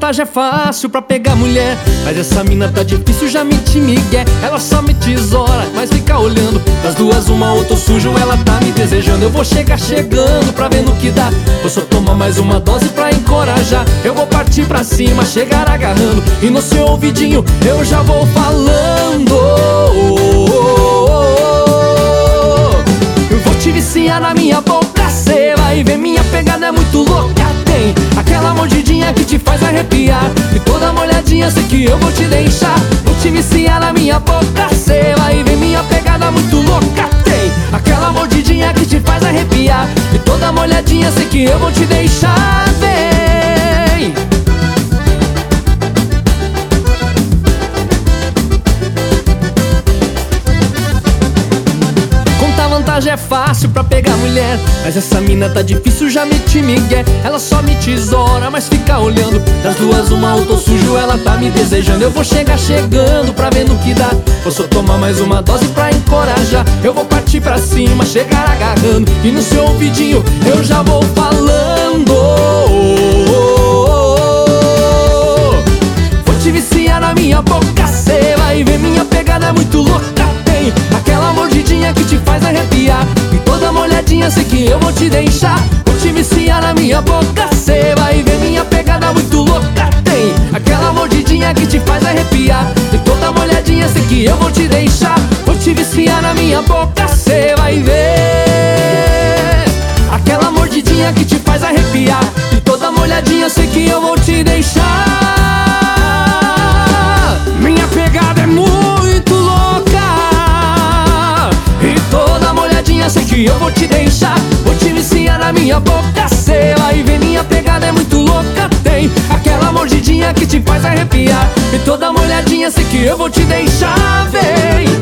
vantagem é fácil pra pegar mulher, mas essa mina tá difícil, já meti migué. Ela só me tesoura, mas fica olhando. Das duas uma ou tô sujo, ela tá me desejando. Eu vou chegar chegando pra ver no que dá. Vou só tomar mais uma dose pra encorajar. Eu vou partir pra cima, chegar agarrando, e no seu ouvidinho eu já vou falando. Eu vou te viciar na minha boca, cê vai ver, minha pegada é muito louca. Tem aquela mordidinha que te faz arrepiar, e toda molhadinha sei que eu vou te deixar. Vou te viciar na minha boca, cê vai ver, minha pegada é muito louca. Tem aquela mordidinha que te faz arrepiar, e toda molhadinha sei que eu vou te deixar. Vem! Vantagem é fácil pra pegar mulher, mas essa mina tá difícil, já meti migué. Ela só me tesoura, mas fica olhando. Das duas uma eu tô sujo, ela tá me desejando. Eu vou chegar chegando pra ver no que dá. Vou só tomar mais uma dose pra encorajar. Eu vou partir pra cima, chegar agarrando, e no seu ouvidinho eu já vou falando. Vou te viciar na minha boca, cê vai ver, minha pegada é muito louca. Tem aquela mordidinha que te faz arrepiar, e toda molhadinha sei que eu vou te deixar. Vou te viciar na minha boca, cê vai ver, minha pegada muito louca. Tem aquela mordidinha que te faz arrepiar, e toda molhadinha sei que eu vou te deixar. Vou te viciar na minha boca, cê vai ver, aquela mordidinha que te faz arrepiar, e toda molhadinha sei que eu vou te deixar. Minha pegada é muito louca, sei que eu vou te deixar. Vou te viciar na minha boca, cê vai ver, minha pegada é muito louca. Tem aquela mordidinha que te faz arrepiar, e toda molhadinha sei que eu vou te deixar. Vem!